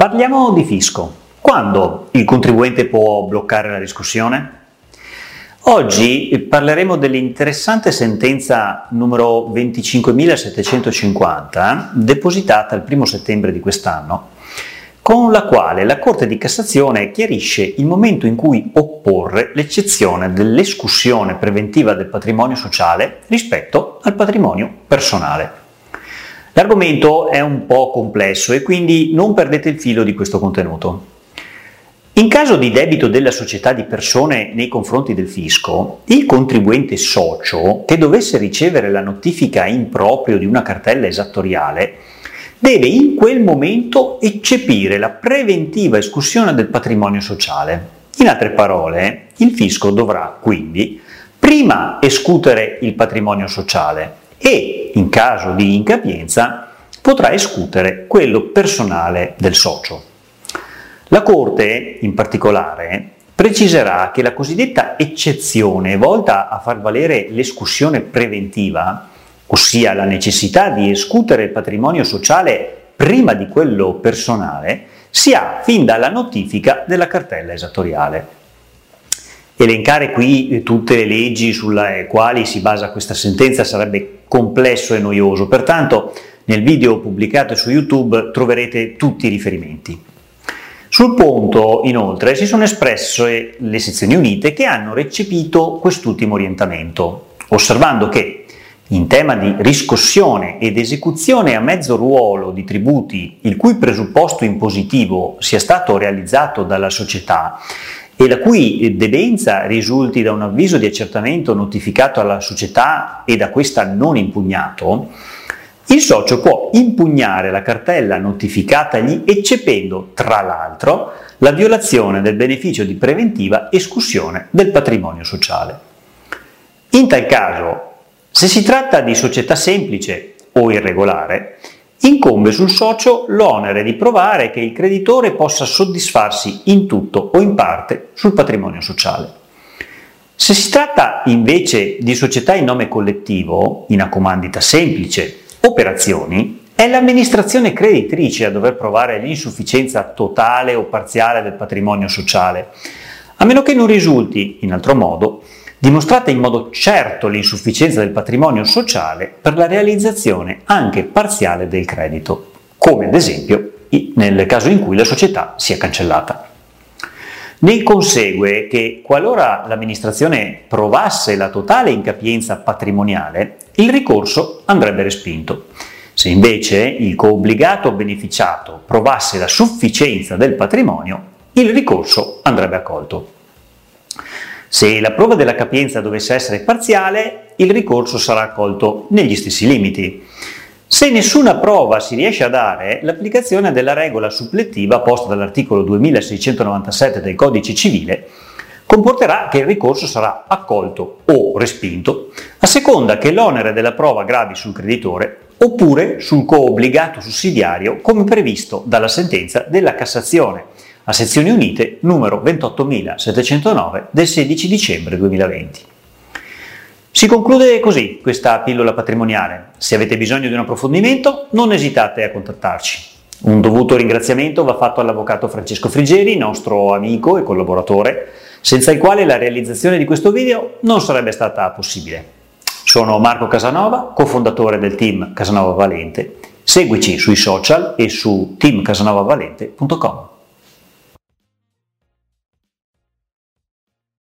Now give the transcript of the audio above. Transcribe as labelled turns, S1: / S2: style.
S1: Parliamo di fisco. Quando il contribuente può bloccare la riscossione? Oggi parleremo dell'interessante sentenza numero 25.750, depositata il 1 settembre di quest'anno, con la quale la Corte di Cassazione chiarisce il momento in cui opporre l'eccezione dell'escussione preventiva del patrimonio sociale rispetto al patrimonio personale. L'argomento è un po' complesso e quindi non perdete il filo di questo contenuto. In caso di debito della società di persone nei confronti del fisco, il contribuente socio che dovesse ricevere la notifica in proprio di una cartella esattoriale deve in quel momento eccepire la preventiva escussione del patrimonio sociale. In altre parole, il fisco dovrà quindi prima escutere il patrimonio sociale e, in caso di incapienza, potrà escutere quello personale del socio. La Corte, in particolare, preciserà che la cosiddetta eccezione volta a far valere l'escussione preventiva, ossia la necessità di escutere il patrimonio sociale prima di quello personale, si ha fin dalla notifica della cartella esattoriale. Elencare qui tutte le leggi sulle quali si basa questa sentenza sarebbe complesso e noioso, pertanto nel video pubblicato su YouTube troverete tutti i riferimenti. Sul punto, inoltre, si sono espresse le sezioni unite che hanno recepito quest'ultimo orientamento, osservando che in tema di riscossione ed esecuzione a mezzo ruolo di tributi il cui presupposto impositivo sia stato realizzato dalla società e la cui debenza risulti da un avviso di accertamento notificato alla società e da questa non impugnato, il socio può impugnare la cartella notificatagli eccependo, tra l'altro, la violazione del beneficio di preventiva escussione del patrimonio sociale. In tal caso, se si tratta di società semplice o irregolare, incombe sul socio l'onere di provare che il creditore possa soddisfarsi in tutto o in parte sul patrimonio sociale. Se si tratta invece di società in nome collettivo, in accomandita semplice, operazioni, è l'amministrazione creditrice a dover provare l'insufficienza totale o parziale del patrimonio sociale, a meno che non risulti, in altro modo, dimostrata in modo certo l'insufficienza del patrimonio sociale per la realizzazione anche parziale del credito, come ad esempio nel caso in cui la società sia cancellata. Ne consegue che qualora l'amministrazione provasse la totale incapienza patrimoniale, il ricorso andrebbe respinto. Se invece il coobbligato beneficiato provasse la sufficienza del patrimonio, il ricorso andrebbe accolto. Se la prova della capienza dovesse essere parziale, il ricorso sarà accolto negli stessi limiti. Se nessuna prova si riesce a dare, l'applicazione della regola supplettiva posta dall'articolo 2697 del Codice Civile comporterà che il ricorso sarà accolto o respinto, a seconda che l'onere della prova gravi sul creditore oppure sul coobbligato sussidiario, come previsto dalla sentenza della Cassazione a sezioni unite numero 28.709 del 16 dicembre 2020. Si conclude così questa pillola patrimoniale. Se avete bisogno di un approfondimento, non esitate a contattarci. Un dovuto ringraziamento va fatto all'avvocato Francesco Frigeri, nostro amico e collaboratore, senza il quale la realizzazione di questo video non sarebbe stata possibile. Sono Marco Casanova, cofondatore del team Casanova Valente. Seguici sui social e su teamcasanovavalente.com.